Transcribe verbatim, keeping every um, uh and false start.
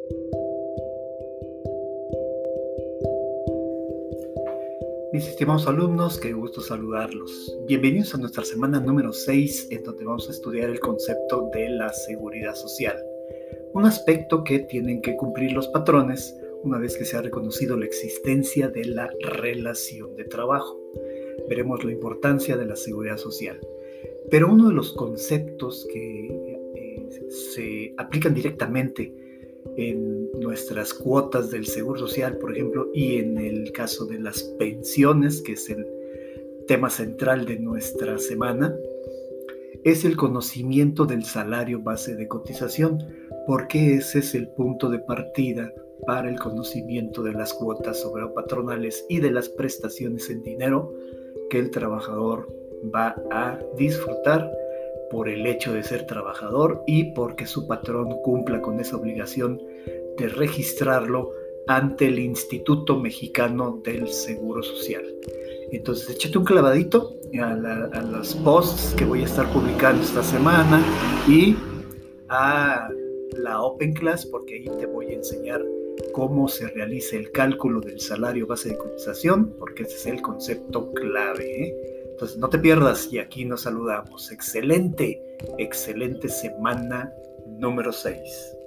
Mis estimados alumnos, qué gusto saludarlos. Bienvenidos a nuestra semana número seis, en donde vamos a estudiar el concepto de la seguridad social. Un aspecto que tienen que cumplir los patrones una vez que se ha reconocido la existencia de la relación de trabajo. Veremos la importancia de la seguridad social. Pero uno de los conceptos que eh, se aplican directamente en nuestras cuotas del Seguro Social, por ejemplo, y en el caso de las pensiones, que es el tema central de nuestra semana, es el conocimiento del salario base de cotización, porque ese es el punto de partida para el conocimiento de las cuotas obrero-patronales y de las prestaciones en dinero que el trabajador va a disfrutar por el hecho de ser trabajador y porque su patrón cumpla con esa obligación de registrarlo ante el Instituto Mexicano del Seguro Social. Entonces, échate un clavadito a, la, a los posts que voy a estar publicando esta semana y a la Open Class, porque ahí te voy a enseñar cómo se realiza el cálculo del salario base de cotización, porque ese es el concepto clave, ¿eh? Entonces, no te pierdas y aquí nos saludamos. Excelente, excelente semana número seis.